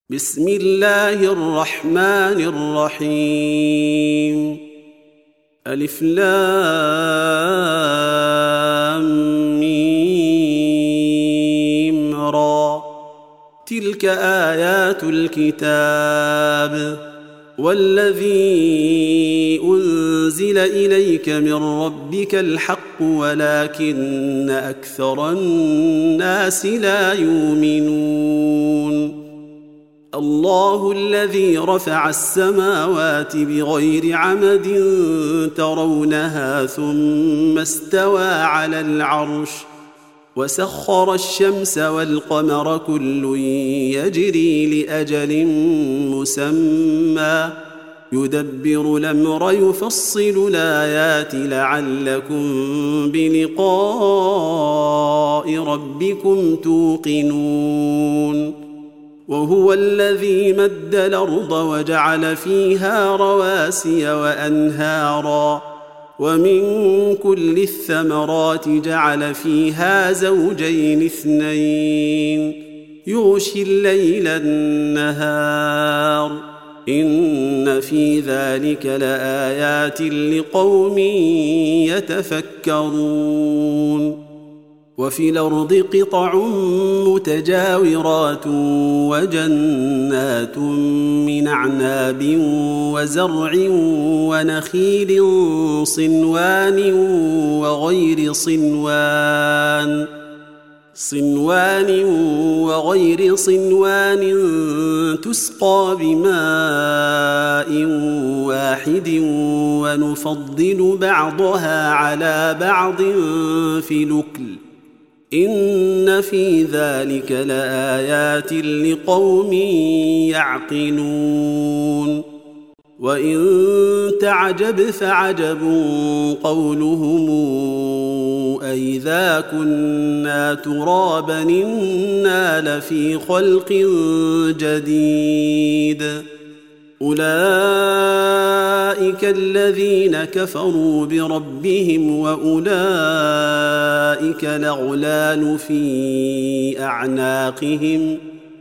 بسم الله الرحمن الرحيم. ألف لام ميم را. تلك آيات الكتاب والذي أنزل إليك من ربك الحق ولكن أكثر الناس لا يؤمنون. الله الذي رفع السماوات بغير عمد ترونها ثم استوى على العرش وسخر الشمس والقمر كل يجري لأجل مسمى يدبر الأمر يفصل الآيات لعلكم بلقاء ربكم توقنون. وهو الذي مد الأرض وجعل فيها رواسي وأنهارا ومن كل الثمرات جعل فيها زوجين اثنين يغشي الليل النهار إن في ذلك لآيات لقوم يتفكرون. وفي الأرض قطع متجاورات وجنات من أعناب وزرع ونخيل صنوان وغير صنوان تسقى بماء واحد ونفضل بعضها على بعض في الأكل إن في ذلك لآيات لقوم يعقلون. وإن تعجب فعجب قولهم أئذا كنا ترابا إنا لفي خلق جديد. أولئك الذين كفروا بربهم وأولئك الأغلال في أعناقهم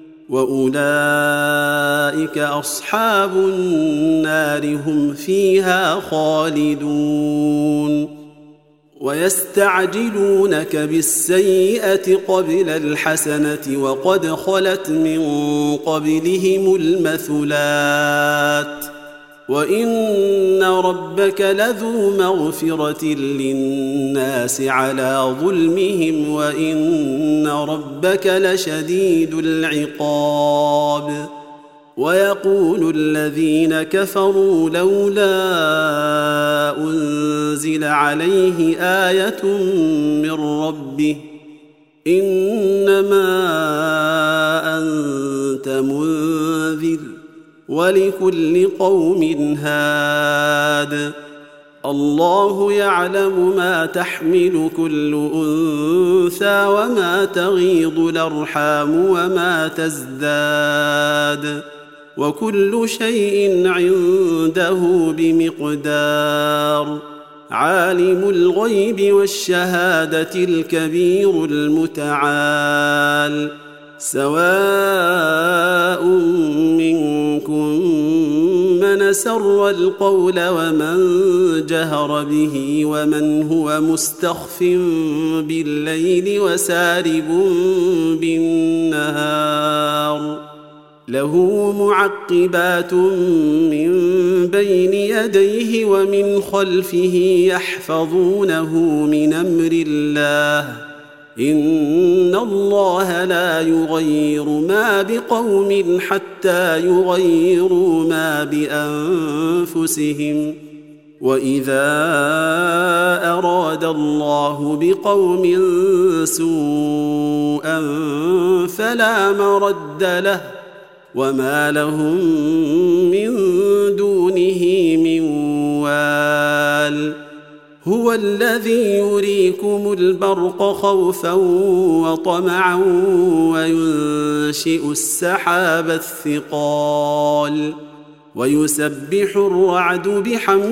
وأولئك أصحاب النار هم فيها خالدون. ويستعجلونك بالسيئة قبل الحسنة وقد خلت من قبلهم المثلات وإن ربك لذو مغفرة للناس على ظلمهم وإن ربك لشديد العقاب. ويقول الذين كفروا لولا أنزل عليه آية من ربه إنما أنت منذر ولكل قوم هاد. الله يعلم ما تحمل كل أنثى وما تغيض الأرحام وما تزداد وكل شيء عنده بمقدار. عالم الغيب والشهادة الكبير المتعال. سواء منكم من سر القول ومن جهر به ومن هو مستخف بالليل وسارب بالنهار له معقبات من بين يديه ومن خلفه يحفظونه من أمر الله إن الله لا يغير ما بقوم حتى يغيروا ما بأنفسهم وإذا أراد الله بقوم سوءا فلا مرد له وما لهم من دونه من وال. هو الذي يريكم البرق خوفا وطمعا وينشئ السحاب الثقال ويسبح الرعد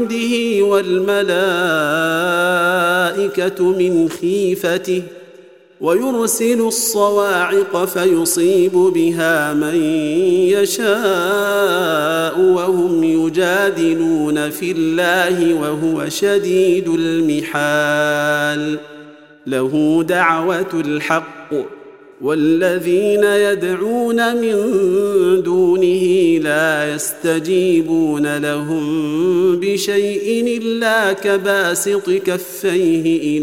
بحمده والملائكة من خيفته ويرسل الصواعق فيصيب بها من يشاء وهم يجادلون في الله وهو شديد المحال. له دعوة الحق والذين يدعون من دونه لا يستجيبون لهم بشيء إلا كباسط كفيه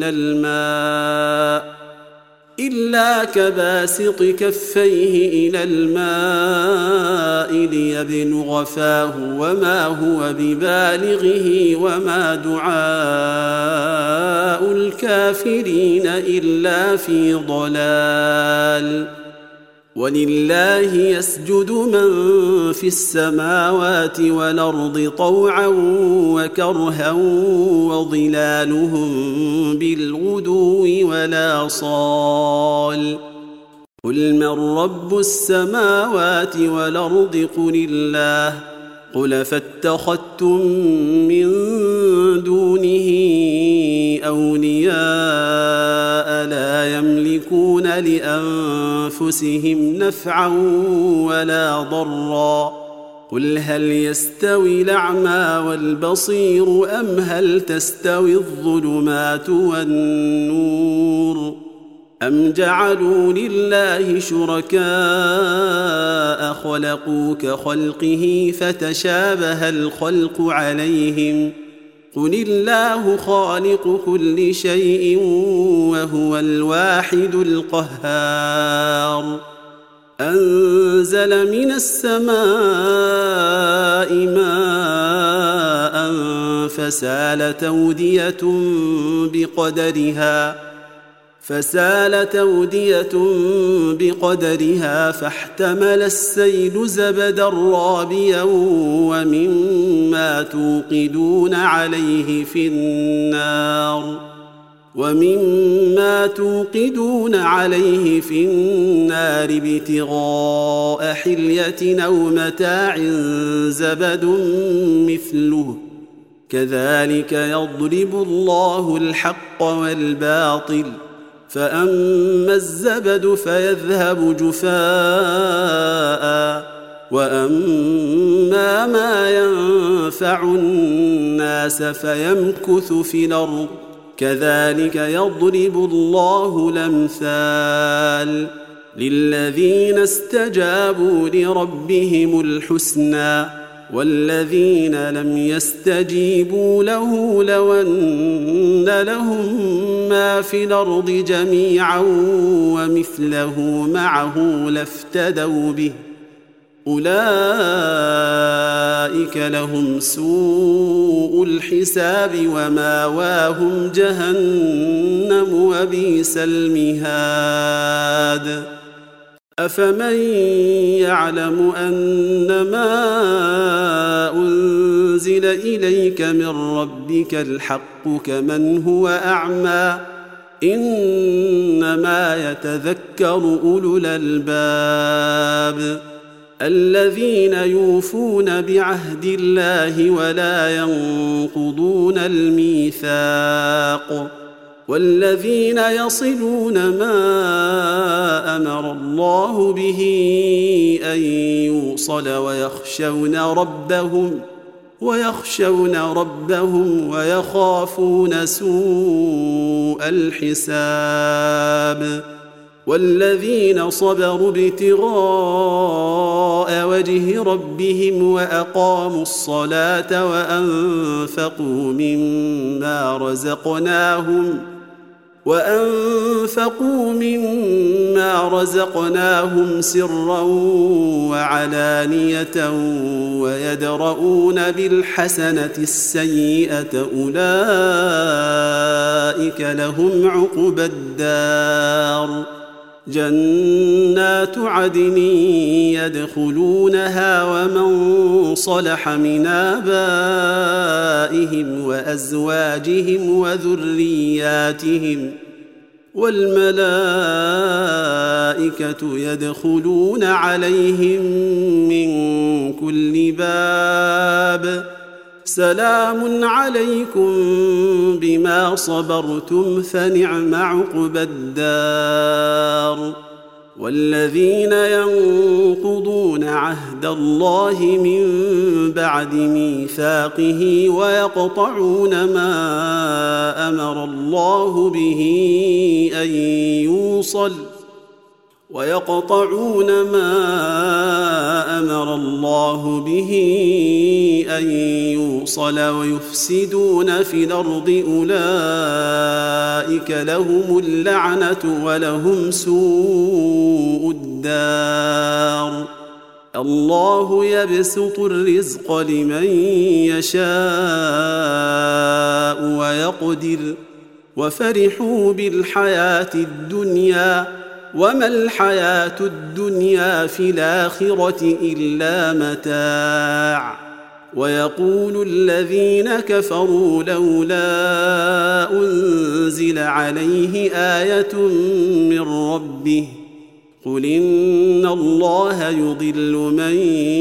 إلى الماء ليبلغ فاه وما هو ببالغه وما دعاء الكافرين إلا في ضلال. ولله يسجد من في السماوات والأرض طوعا وكرها وظلالهم بالغدو والآصال. قل من رب السماوات والأرض قل الله. قل فاتخذتم من دونه أولياء لا يملكون لأنفسهم نفعا ولا ضرا. قل هل يستوي الأعمى والبصير أم هل تستوي الظلمات والنور أم جعلوا لله شركاء خلقوا كخلقه فتشابه الخلق عليهم. قل الله خالق كل شيء وهو الواحد القهار. أنزل من السماء ماء فسالت أودية بقدرها فاحتمل السيل زبدا رابيا ومما توقدون عليه في النار ابتغاء حلية أو متاع زبد مثله كذلك يضرب الله الحق والباطل. فأما الزبد فيذهب جفاء وأما ما ينفع الناس فيمكث في الأرض كذلك يضرب الله الأمثال. للذين استجابوا لربهم الحسنى والذين لم يستجيبوا له لو أن لهم ما في الأرض جميعا ومثله معه لافتدوا به أولئك لهم سوء الحساب وماواهم جهنم وبئس المهاد. أفمن يعلم أنما أنزل إليك من ربك الحق كمن هو أعمى إنما يتذكر أولو الألباب الذين يوفون بعهد الله ولا ينقضون الميثاق والذين يصلون ما أمر الله به أن يوصل ويخشون ربهم ويخافون سوء الحساب. والذين صبروا ابتغاء وجه ربهم وأقاموا الصلاة وأنفقوا مما رزقناهم سرا وعلانية ويدرؤون بالحسنة السيئة أولئك لهم عقبى الدار جنات عدن يدخلونها ومن صلح من آبائهم وأزواجهم وذرياتهم والملائكة يدخلون عليهم من كل باب سلام عليكم بما صبرتم فنعم عقبى الدار. والذين ينقضون عهد الله من بعد ميثاقه ويقطعون ما أمر الله به أن يوصل ويفسدون في الأرض أولئك لهم اللعنة ولهم سوء الدار. الله يبسط الرزق لمن يشاء ويقدر وفرحوا بالحياة الدنيا وما الحياة الدنيا في الآخرة إلا متاع. ويقول الذين كفروا لولا أنزل عليه آية من ربه قل إن الله يضل من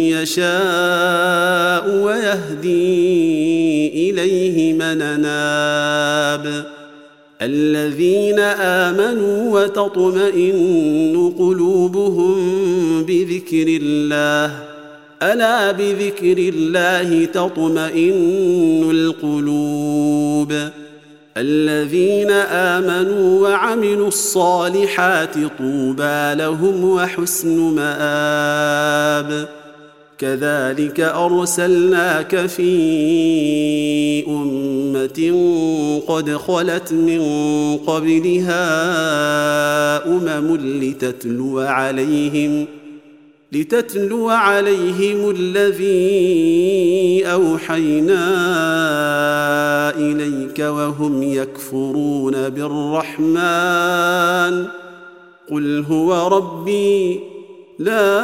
يشاء ويهدي إليه من أناب. الذين آمنوا وتطمئن قلوبهم بذكر الله ألا بذكر الله تطمئن القلوب. الذين آمنوا وعملوا الصالحات طوبى لهم وحسن مآب. كذلك أرسلناك في أمة قد خلت من قبلها لتتلو عليهم الذي أوحينا إليك وهم يكفرون بالرحمن قل هو ربي لا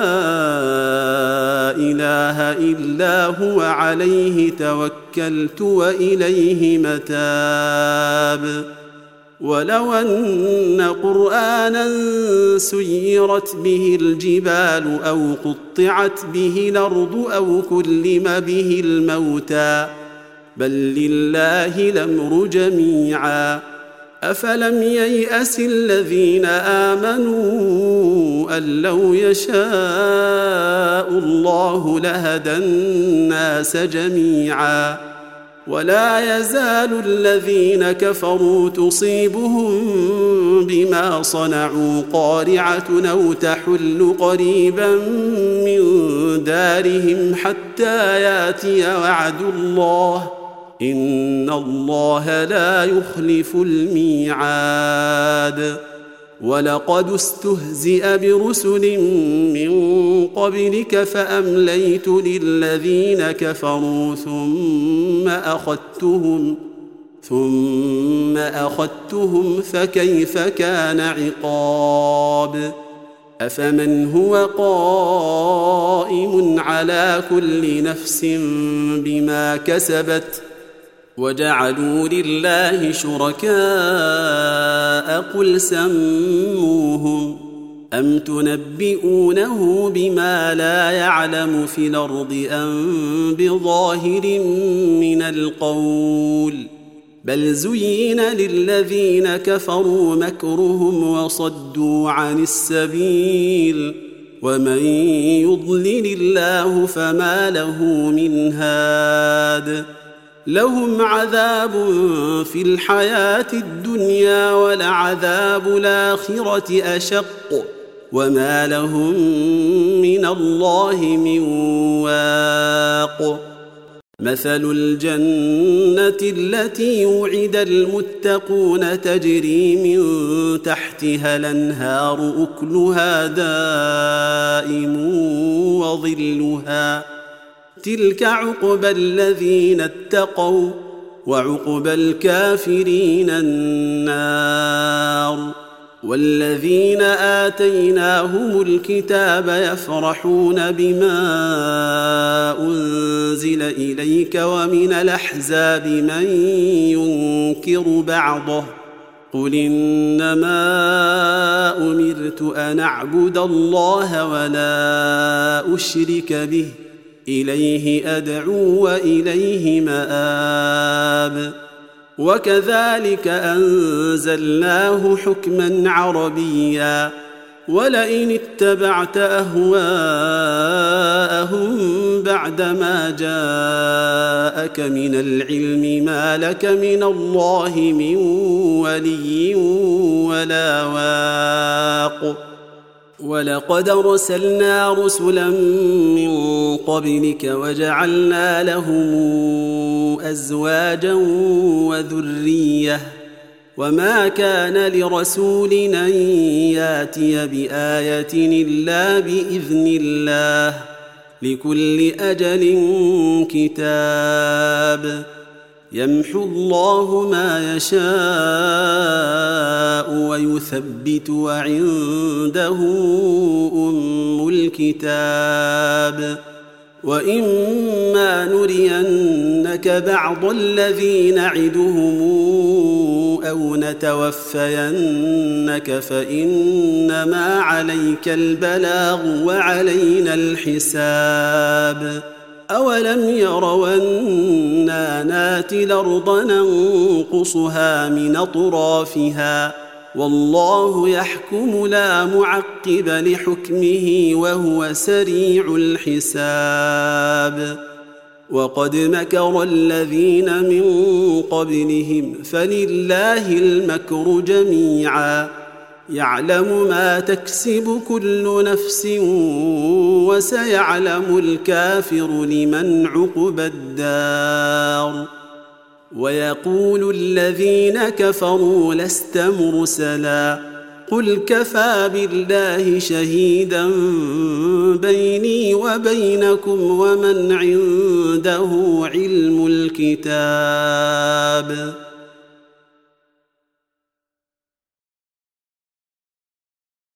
إله إلا هو عليه توكلت وإليه متاب. ولو أن قرآنا سيرت به الجبال أو قطعت به الأرض أو كلم به الموتى بل لله الأمر جميعا أفلم ييأس الذين آمنوا أن لو يشاء الله لهدى الناس جميعا ولا يزال الذين كفروا تصيبهم بما صنعوا قارعة أو تحل قريبا من دارهم حتى يأتي وعد الله إن الله لا يخلف الميعاد. ولقد استهزئ برسل من قبلك فأمليت للذين كفروا ثم أخذتهم فكيف كان عقاب. أفمن هو قائم على كل نفس بما كسبت وجعلوا لله شركاء قل سموهم أم تنبئونه بما لا يعلم في الأرض أم بظاهر من القول بل زين للذين كفروا مكرهم وصدوا عن السبيل ومن يضلل الله فما له من هاد. لهم عذاب في الحياة الدنيا ولعذاب الآخرة أشق وما لهم من الله من واق. مثل الجنة التي وعد المتقون تجري من تحتها الأنهار أكلها دائم وظلها تلك عقبى الذين اتقوا وعقبى الكافرين النار. والذين آتيناهم الكتاب يفرحون بما أنزل إليك ومن الأحزاب من ينكر بعضه قل إنما أمرت أن أعبد الله ولا أشرك به إليه أدعو وإليه مآب. وكذلك أنزلناه حكما عربيا، ولئن اتبعت أهواءهم بعدما جاءك من العلم ما لك من الله من ولي ولا واق. ولقد أرسلنا رسلا من قبلك وجعلنا لهم أزواجا وذرية، وما كان لرسول أن ياتي بآية إلا بإذن الله، لكل أجل كتاب. يمحو الله ما يشاء ويثبت، وعنده أم الكتاب. وإما نرينك بعض الذي نعدهم أو نتوفينك فإنما عليك البلاغ وعلينا الحساب. أولم يروا أنا ناتي الأرض ننقصها من أطرافها، والله يحكم لا معقب لحكمه وهو سريع الحساب. وقد مكر الذين من قبلهم فلله المكر جميعا، يعلم ما تكسب كل نفس، وسيعلم الكافر لمن عقبى الدار. ويقول الذين كفروا لست مرسلا، قل كفى بالله شهيدا بيني وبينكم ومن عنده علم الكتاب.